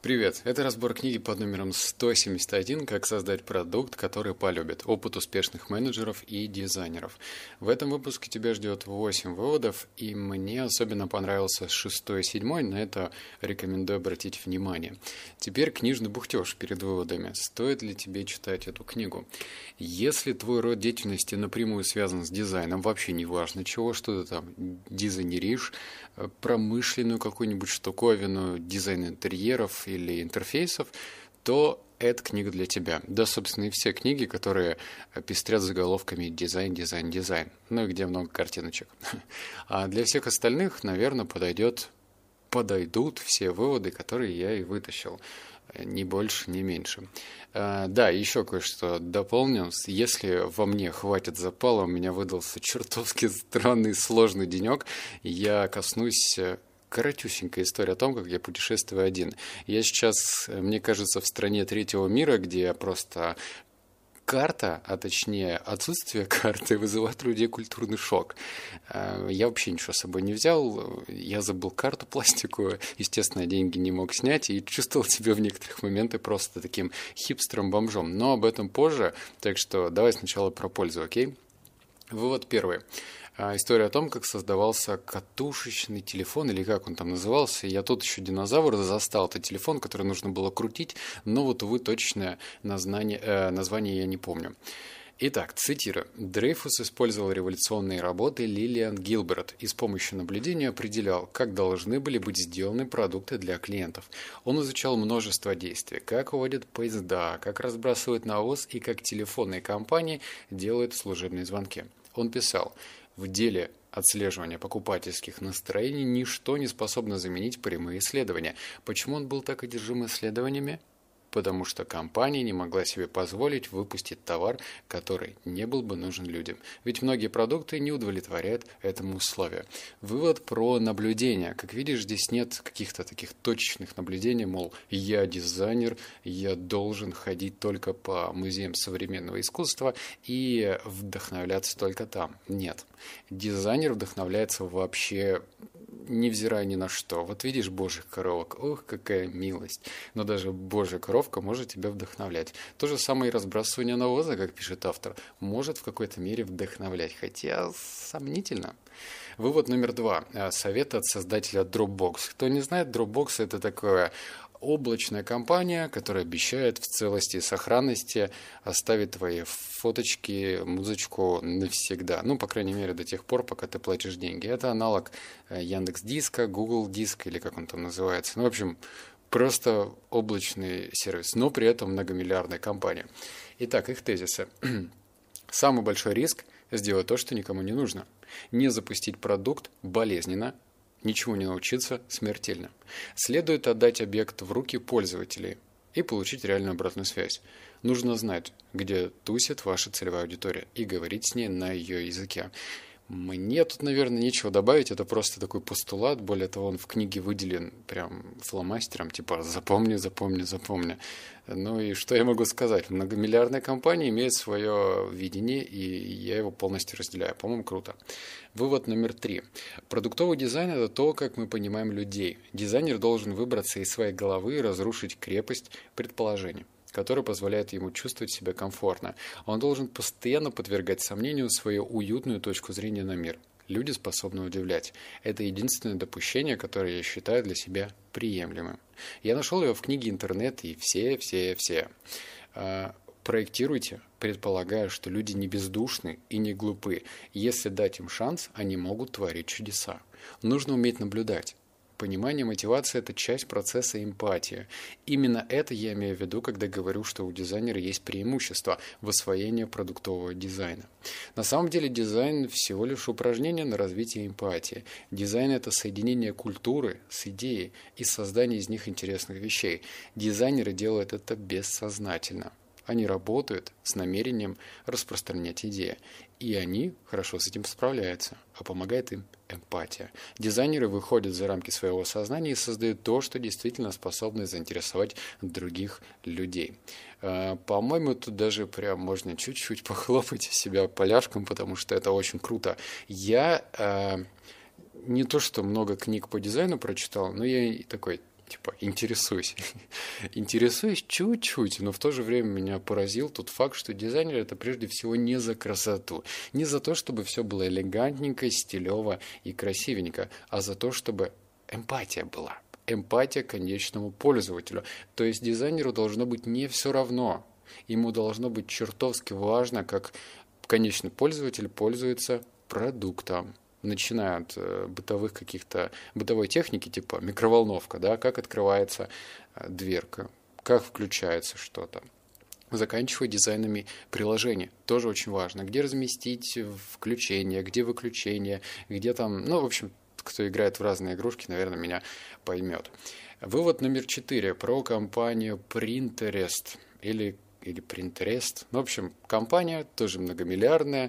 Привет! Это разбор книги под номером 171 «Как создать продукт, который полюбит. Опыт успешных менеджеров и дизайнеров». В этом выпуске тебя ждет 8 выводов, и мне особенно понравился 6 и 7, на это рекомендую обратить внимание. Теперь книжный бухтеж перед выводами. Стоит ли тебе читать эту книгу? Если твой род деятельности напрямую связан с дизайном, вообще не важно чего, что ты там дизайнеришь, промышленную какую-нибудь штуковину, дизайн интерьеров или интерфейсов, то это книга для тебя. Да, собственно, и все книги, которые пестрят заголовками «дизайн, дизайн, дизайн», ну и где много картиночек. А для всех остальных, наверное, подойдут все выводы, которые я и вытащил. Ни больше, ни меньше. Да, еще кое-что дополню. Если во мне хватит запала, у меня выдался чертовски странный, сложный денек, я коснусь коротюсенькая история о том, как я путешествую один. Я сейчас, мне кажется, в стране третьего мира, где просто карта, а точнее отсутствие карты, вызывает у людей культурный шок. Я вообще ничего с собой не взял, я забыл карту пластиковую, естественно, деньги не мог снять и чувствовал себя в некоторых моментах просто таким хипстером-бомжом. Но об этом позже, так что давай сначала про пользу, окей? Вывод первый. История о том, как создавался катушечный телефон, или как он там назывался. Я тут еще динозавр застал. Это телефон, который нужно было крутить, но вот, увы, точное название я не помню. Итак, цитирую. Дрейфус использовал революционные работы Лилиан Гилберт и с помощью наблюдения определял, как должны были быть сделаны продукты для клиентов. Он изучал множество действий, как уводят поезда, как разбрасывают навоз и как телефонные компании делают служебные звонки. Он писал: в деле отслеживания покупательских настроений ничто не способно заменить прямые исследования. Почему он был так одержим исследованиями? Потому что компания не могла себе позволить выпустить товар, который не был бы нужен людям. Ведь многие продукты не удовлетворяют этому условию. Вывод про наблюдение. Как видишь, здесь нет каких-то таких точечных наблюдений, мол, я дизайнер, я должен ходить только по музеям современного искусства и вдохновляться только там. Нет. Дизайнер вдохновляется вообще невзирая ни на что. Вот видишь божьих коровок, ох, какая милость. Но даже божья коровка может тебя вдохновлять. То же самое и разбрасывание навоза, как пишет автор, может в какой-то мере вдохновлять, хотя сомнительно. Вывод номер 2. Совет от создателя Dropbox. Кто не знает, Dropbox — это такое облачная компания, которая обещает в целости и сохранности оставить твои фоточки, музычку навсегда. Ну, по крайней мере, до тех пор, пока ты платишь деньги. Это аналог Яндекс.Диска, Google Диск или как он там называется. Ну, в общем, просто облачный сервис, но при этом многомиллиардная компания. Итак, их тезисы. Самый большой риск – сделать то, что никому не нужно. Не запустить продукт болезненно, ничего не научиться смертельно. Следует отдать объект в руки пользователей и получить реальную обратную связь. Нужно знать, где тусит ваша целевая аудитория, и говорить с ней на ее языке. Мне тут, наверное, нечего добавить, это просто такой постулат, более того, он в книге выделен прям фломастером, типа «запомни, запомни, запомни». Ну и что я могу сказать? Многомиллиардная компания имеет свое видение, и я его полностью разделяю. По-моему, круто. Вывод номер 3. Продуктовый дизайн – это то, как мы понимаем людей. Дизайнер должен выбраться из своей головы и разрушить крепость предположений, который позволяет ему чувствовать себя комфортно. Он должен постоянно подвергать сомнению свою уютную точку зрения на мир. Люди способны удивлять. Это единственное допущение, которое я считаю для себя приемлемым. Я нашел его в книге «Интернет» и все. Проектируйте, предполагая, что люди не бездушны и не глупы. Если дать им шанс, они могут творить чудеса. Нужно уметь наблюдать. Понимание мотивации – это часть процесса эмпатии. Именно это я имею в виду, когда говорю, что у дизайнера есть преимущество в освоении продуктового дизайна. На самом деле дизайн – всего лишь упражнение на развитие эмпатии. Дизайн – это соединение культуры с идеей и создание из них интересных вещей. Дизайнеры делают это бессознательно. Они работают с намерением распространять идеи. И они хорошо с этим справляются, а помогает им эмпатия. Дизайнеры выходят за рамки своего сознания и создают то, что действительно способно заинтересовать других людей. По-моему, тут даже прям можно чуть-чуть похлопать себя поляшком, потому что это очень круто. Я не то что много книг по дизайну прочитал, но я такой Типа, интересуюсь. Интересуюсь чуть-чуть, но в то же время меня поразил тот факт, что дизайнер это прежде всего не за красоту, не за то, чтобы все было элегантненько, стилево и красивенько, а за то, чтобы эмпатия была. Эмпатия к конечному пользователю. То есть дизайнеру должно быть не все равно. Ему должно быть чертовски важно, как конечный пользователь пользуется продуктом. Начиная от бытовых каких-то бытовой техники, типа микроволновка, да, как открывается дверка, как включается что-то. Заканчивая дизайнами приложений, тоже очень важно. Где разместить включение, где выключение, где там, ну, в общем, кто играет в разные игрушки, наверное, меня поймет. Вывод номер 4 про компанию Pinterest или Pinterest. Ну, в общем, компания тоже многомиллиардная.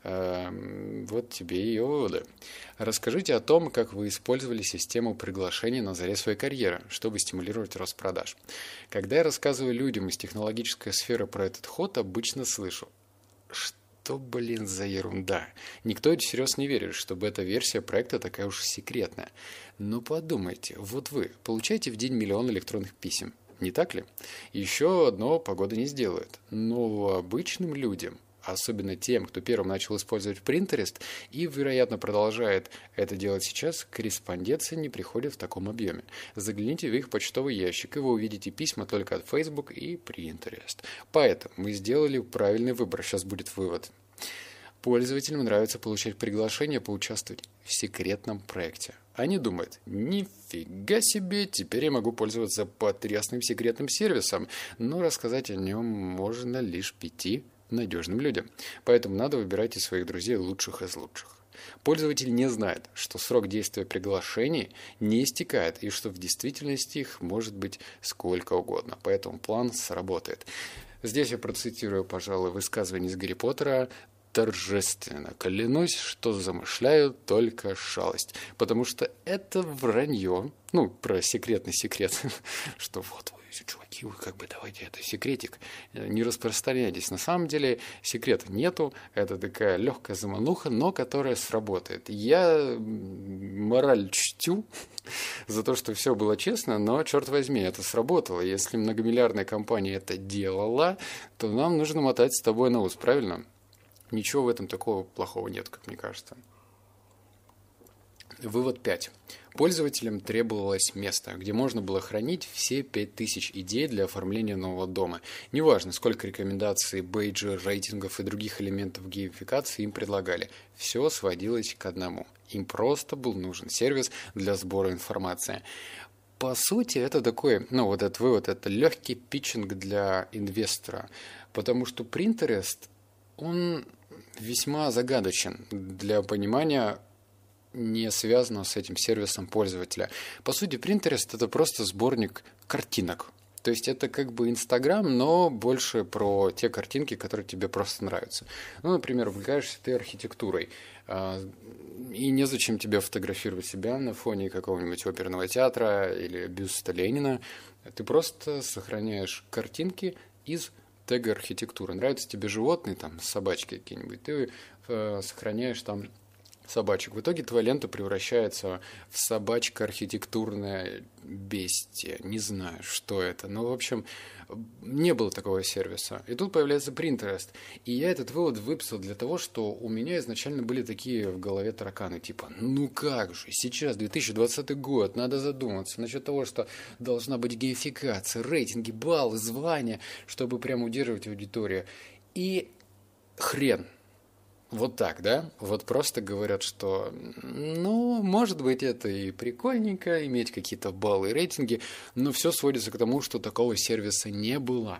Вот тебе ее выводы. Расскажите о том, как вы использовали систему приглашений на заре своей карьеры, чтобы стимулировать рост продаж. Когда я рассказываю людям из технологической сферы про этот ход, обычно слышу: что, блин, за ерунда? Никто всерьез не верит, чтобы эта версия проекта такая уж секретная. Но подумайте, вот вы получаете в день 1 миллион электронных писем, не так ли? Еще одно погода не сделает. Но обычным людям, особенно тем, кто первым начал использовать Pinterest и, вероятно, продолжает это делать сейчас, корреспонденция не приходит в таком объеме. Загляните в их почтовый ящик, и вы увидите письма только от Facebook и Pinterest. Поэтому мы сделали правильный выбор. Сейчас будет вывод. Пользователям нравится получать приглашение поучаствовать в секретном проекте. Они думают: нифига себе, теперь я могу пользоваться потрясным секретным сервисом, но рассказать о нем можно лишь 5 надежным людям. Поэтому надо выбирать из своих друзей лучших из лучших. Пользователь не знает, что срок действия приглашений не истекает и что в действительности их может быть сколько угодно. Поэтому план сработает. Здесь я процитирую, пожалуй, высказывание из Гарри Поттера: торжественно клянусь, что замышляю только шалость. Потому что это вранье, ну, про секретный секрет, что вот вы, чуваки, вы как бы давайте это секретик, не распространяйтесь. На самом деле секрета нету, это такая легкая замануха, но которая сработает. Я мораль чтю за то, что все было честно, но, черт возьми, это сработало. Если многомиллиардная компания это делала, то нам нужно мотать с тобой на ус, правильно? Ничего в этом такого плохого нет, как мне кажется. Вывод 5. Пользователям требовалось место, где можно было хранить все 5000 идей для оформления нового дома. Неважно, сколько рекомендаций, бейджей, рейтингов и других элементов геймификации им предлагали. Все сводилось к одному. Им просто был нужен сервис для сбора информации. По сути, это такой, ну вот этот вывод, это легкий питчинг для инвестора. Потому что Pinterest, он весьма загадочен для понимания не связанного с этим сервисом пользователя. По сути, Pinterest это просто сборник картинок. То есть это как бы Инстаграм, но больше про те картинки, которые тебе просто нравятся. Ну, например, увлекаешься ты архитектурой, и незачем тебе фотографировать себя на фоне какого-нибудь оперного театра или бюста Ленина. Ты просто сохраняешь картинки из тега архитектуры. Нравятся тебе животные, там, собачки какие-нибудь, ты сохраняешь там собачек. В итоге твоя лента превращается в собачко-архитектурное бестие. Не знаю, что это. Но, в общем, не было такого сервиса. И тут появляется Pinterest. И я этот вывод выписал для того, что у меня изначально были такие в голове тараканы. Типа, ну как же, сейчас 2020 год, надо задуматься насчет того, что должна быть геймификация, рейтинги, баллы, звания, чтобы прям удерживать аудиторию. И хрен. Вот так, да? Вот просто говорят, что, ну, может быть, это и прикольненько, иметь какие-то баллы и рейтинги, но все сводится к тому, что такого сервиса не было.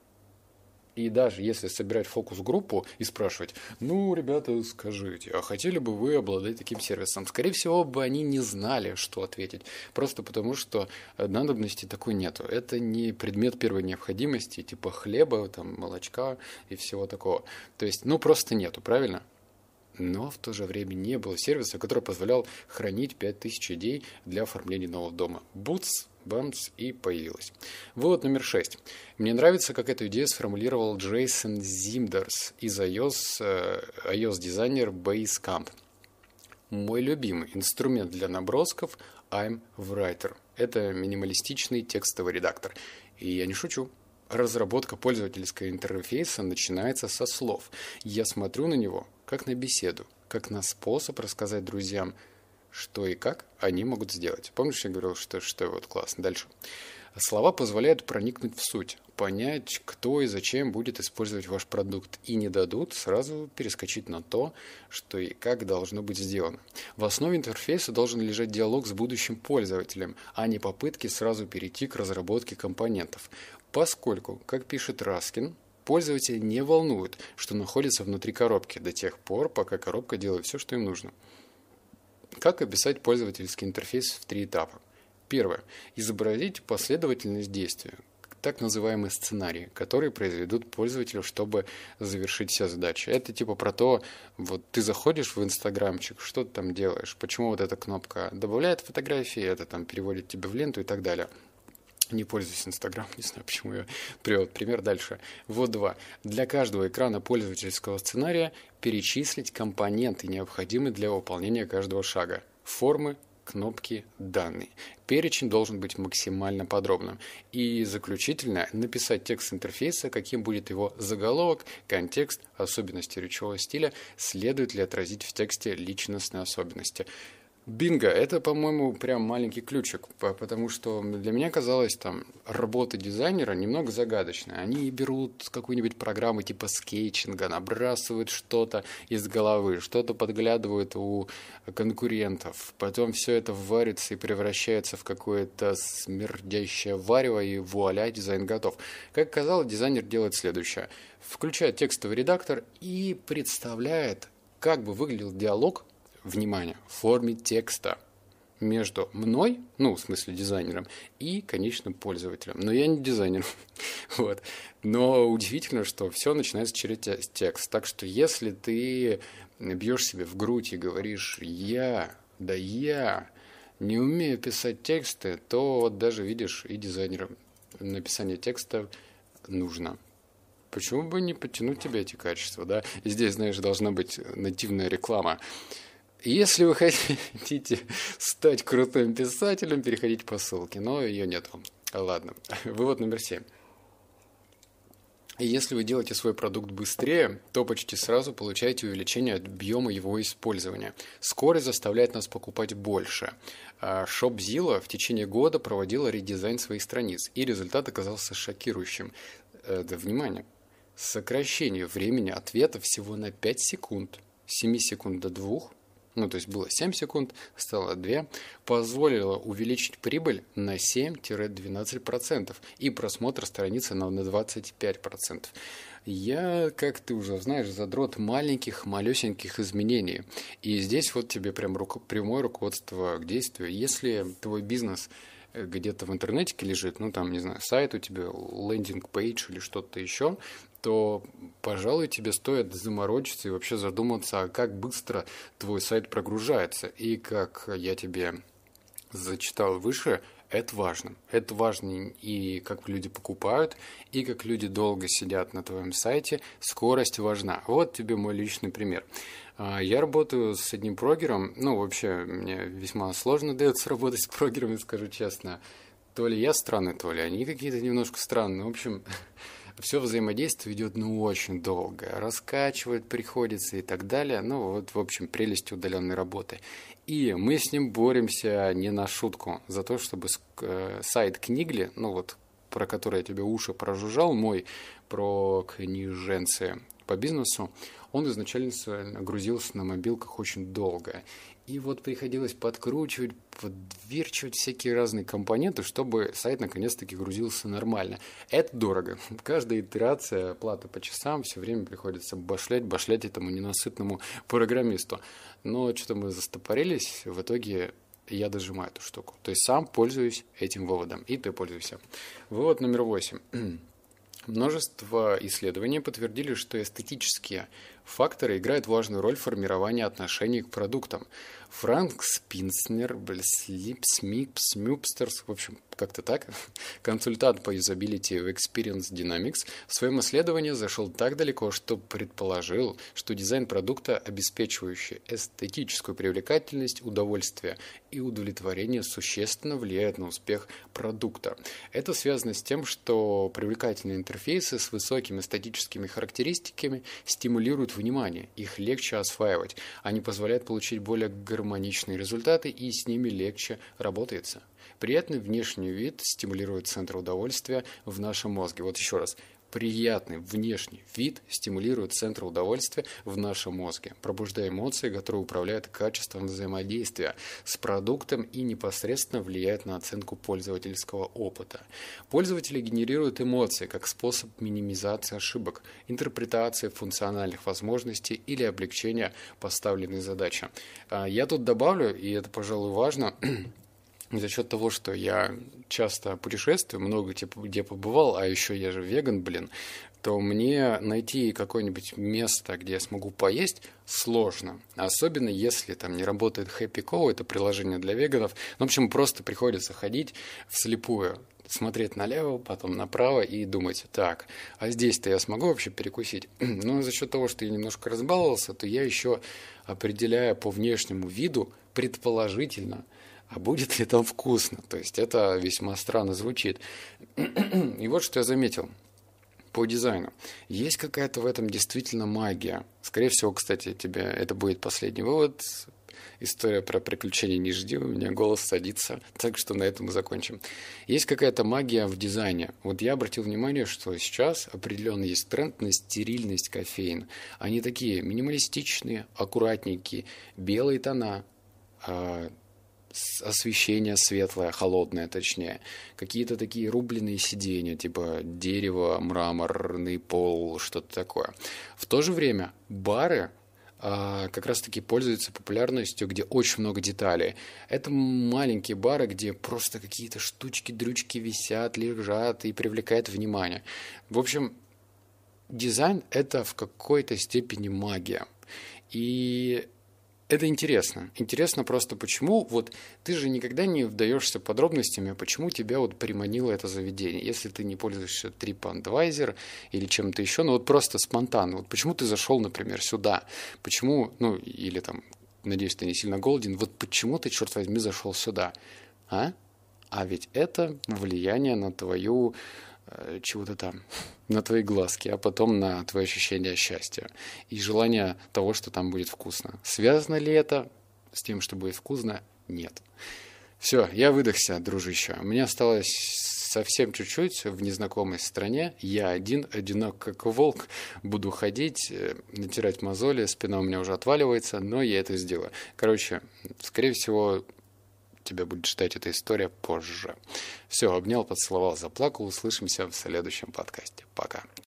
И даже если собирать фокус-группу и спрашивать: ну, ребята, скажите, а хотели бы вы обладать таким сервисом? Скорее всего, бы они не знали, что ответить. Просто потому, что надобности такой нету. Это не предмет первой необходимости, типа хлеба, там, молочка и всего такого. То есть, ну, просто нету, правильно? Но в то же время не было сервиса, который позволял хранить 5000 идей для оформления нового дома. Бутс, бамс, и появилась. Вывод номер 6. Мне нравится, как эту идею сформулировал Джейсон Зимдерс из iOS-дизайнер Basecamp. Мой любимый инструмент для набросков I'm Writer. Это минималистичный текстовый редактор. И я не шучу. Разработка пользовательского интерфейса начинается со слов. Я смотрю на него как на беседу, как на способ рассказать друзьям, что и как они могут сделать. Помнишь, я говорил, что вот классно. Дальше. Слова позволяют проникнуть в суть, понять, кто и зачем будет использовать ваш продукт, и не дадут сразу перескочить на то, что и как должно быть сделано. В основе интерфейса должен лежать диалог с будущим пользователем, а не попытки сразу перейти к разработке компонентов. Поскольку, как пишет Раскин, пользователя не волнует, что находится внутри коробки до тех пор, пока коробка делает все, что им нужно. Как описать пользовательский интерфейс в 3 этапа? Первое. Изобразить последовательность действия, так называемый сценарий, который произведут пользователю, чтобы завершить все задачи. Это типа про то, вот ты заходишь в Инстаграмчик, что ты там делаешь, почему вот эта кнопка добавляет фотографии, это там переводит тебя в ленту и так далее. Не пользуюсь Инстаграм, не знаю, почему я привел пример дальше. Вот 2. Для каждого экрана пользовательского сценария перечислить компоненты, необходимые для выполнения каждого шага. Формы, кнопки, данные. Перечень должен быть максимально подробным. И заключительно написать текст интерфейса, каким будет его заголовок, контекст, особенности речевого стиля, следует ли отразить в тексте личностные особенности. Бинго, это, по-моему, прям маленький ключик, потому что для меня казалось, там, работа дизайнера немного загадочная. Они берут какую-нибудь программу типа скетчинга, набрасывают что-то из головы, что-то подглядывают у конкурентов, потом все это варится и превращается в какое-то смердящее варево, и вуаля, дизайн готов. Как оказалось, дизайнер делает следующее. Включает текстовый редактор и представляет, как бы выглядел диалог, внимание, в форме текста между мной, ну, в смысле дизайнером, и конечным пользователем. Но я не дизайнер. Вот. Но удивительно, что все начинается через текст. Так что если ты бьешь себе в грудь и говоришь я не умею писать тексты, то вот даже видишь, и дизайнерам написание текста нужно. Почему бы не подтянуть тебе эти качества, да? И здесь, знаешь, должна быть нативная реклама. Если вы хотите стать крутым писателем, переходите по ссылке, но ее нет. Ладно. Вывод номер 7. Если вы делаете свой продукт быстрее, то почти сразу получаете увеличение объема его использования. Скорость заставляет нас покупать больше. Shopzilla в течение года проводила редизайн своих страниц, и результат оказался шокирующим. Внимание! Сокращение времени ответа всего на 5 секунд. С 7 секунд до 2. Ну, то есть было 7 секунд, стало 2, позволило увеличить прибыль на 7-12% и просмотр страницы на 25%. Я, как ты уже знаешь, задрот маленьких, малюсеньких изменений. И здесь вот тебе прям прямое руководство к действию. Если твой бизнес где-то в интернете лежит, ну там, не знаю, сайт у тебя, лендинг-пейдж или что-то еще, то, пожалуй, тебе стоит заморочиться и вообще задуматься, а как быстро твой сайт прогружается. И как я тебе зачитал выше, это важно. Это важно и как люди покупают, и как люди долго сидят на твоем сайте. Скорость важна. Вот тебе мой личный пример. Я работаю с одним прогером. Ну, вообще, мне весьма сложно дается работать с прогерами, скажу честно. То ли я странный, то ли они какие-то немножко странные. В общем, все взаимодействие идет, очень долго. Раскачивать приходится и так далее. Ну, вот, в общем, прелесть удаленной работы. И мы с ним боремся не на шутку за то, чтобы сайт Книгли, ну, вот, про который я тебе уши прожужжал, мой, про книженцы по бизнесу, он изначально грузился на мобилках очень долго. И вот приходилось подкручивать, подверчивать всякие разные компоненты, чтобы сайт наконец-таки грузился нормально. Это дорого. Каждая итерация, плата по часам, все время приходится башлять этому ненасытному программисту. Но что-то мы застопорились, в итоге я дожимаю эту штуку. То есть сам пользуюсь этим выводом, и ты пользуйся. Вывод номер 8. Множество исследований подтвердили, что эстетические факторы играют важную роль в формировании отношений к продуктам. Франк Спинснер, Смюпстерс, в общем, как-то так, консультант по юзабилити в Experience Dynamics, в своем исследовании зашел так далеко, что предположил, что дизайн продукта, обеспечивающий эстетическую привлекательность, удовольствие и удовлетворение, существенно влияет на успех продукта. Это связано с тем, что привлекательные интерфейсы с высокими эстетическими характеристиками стимулируют внимание, их легче осваивать, они позволяют получить более гармоничные результаты, и с ними легче работается. Приятный внешний вид стимулирует центр удовольствия в нашем мозге. Вот еще раз. Приятный внешний вид стимулирует центр удовольствия в нашем мозге, пробуждая эмоции, которые управляют качеством взаимодействия с продуктом и непосредственно влияют на оценку пользовательского опыта. Пользователи генерируют эмоции как способ минимизации ошибок, интерпретации функциональных возможностей или облегчения поставленной задачи. Я тут добавлю, и это, пожалуй, важно, за счет того, что я часто путешествую, много где побывал, а еще я же веган, то мне найти какое-нибудь место, где я смогу поесть, сложно. Особенно если там не работает Happy Co, это приложение для веганов. В общем, просто приходится ходить вслепую, смотреть налево, потом направо и думать, так, а здесь-то я смогу вообще перекусить? Но за счет того, что я немножко разбаловался, то я еще определяю по внешнему виду предположительно, а будет ли там вкусно? То есть это весьма странно звучит. И вот что я заметил по дизайну. Есть какая-то в этом действительно магия. Скорее всего, кстати, тебе это будет последний вывод. История про приключения не жди, у меня голос садится. Так что на этом мы закончим. Есть какая-то магия в дизайне. Вот я обратил внимание, что сейчас определенно есть тренд на стерильность кофеин. Они такие минималистичные, аккуратненькие, белые тона, освещение светлое, холодное точнее, какие-то такие рубленые сиденья, типа дерево, мраморный пол, что-то такое. В то же время бары как раз-таки пользуются популярностью, где очень много деталей. Это маленькие бары, где просто какие-то штучки-дрючки висят, лежат и привлекают внимание. В общем, дизайн – это в какой-то степени магия. И это интересно. Интересно просто почему, вот ты же никогда не вдаешься подробностями, почему тебя вот приманило это заведение. Если ты не пользуешься TripAdvisor или чем-то еще, ну вот просто спонтанно. Вот почему ты зашел, например, сюда? Почему, ну или там, надеюсь, ты не сильно голоден, вот почему ты, черт возьми, зашел сюда? А ведь это влияние на твою чего-то там, на твои глазки, а потом на твои ощущения счастья и желание того, что там будет вкусно. Связано ли это с тем, что будет вкусно? Нет. Все, я выдохся, дружище. Мне осталось совсем чуть-чуть в незнакомой стране. Я один, одинок как волк. Буду ходить, натирать мозоли, спина у меня уже отваливается, но я это сделаю. Короче, скорее всего, тебя будет ждать эта история позже. Все, обнял, поцеловал, заплакал. Услышимся в следующем подкасте. Пока.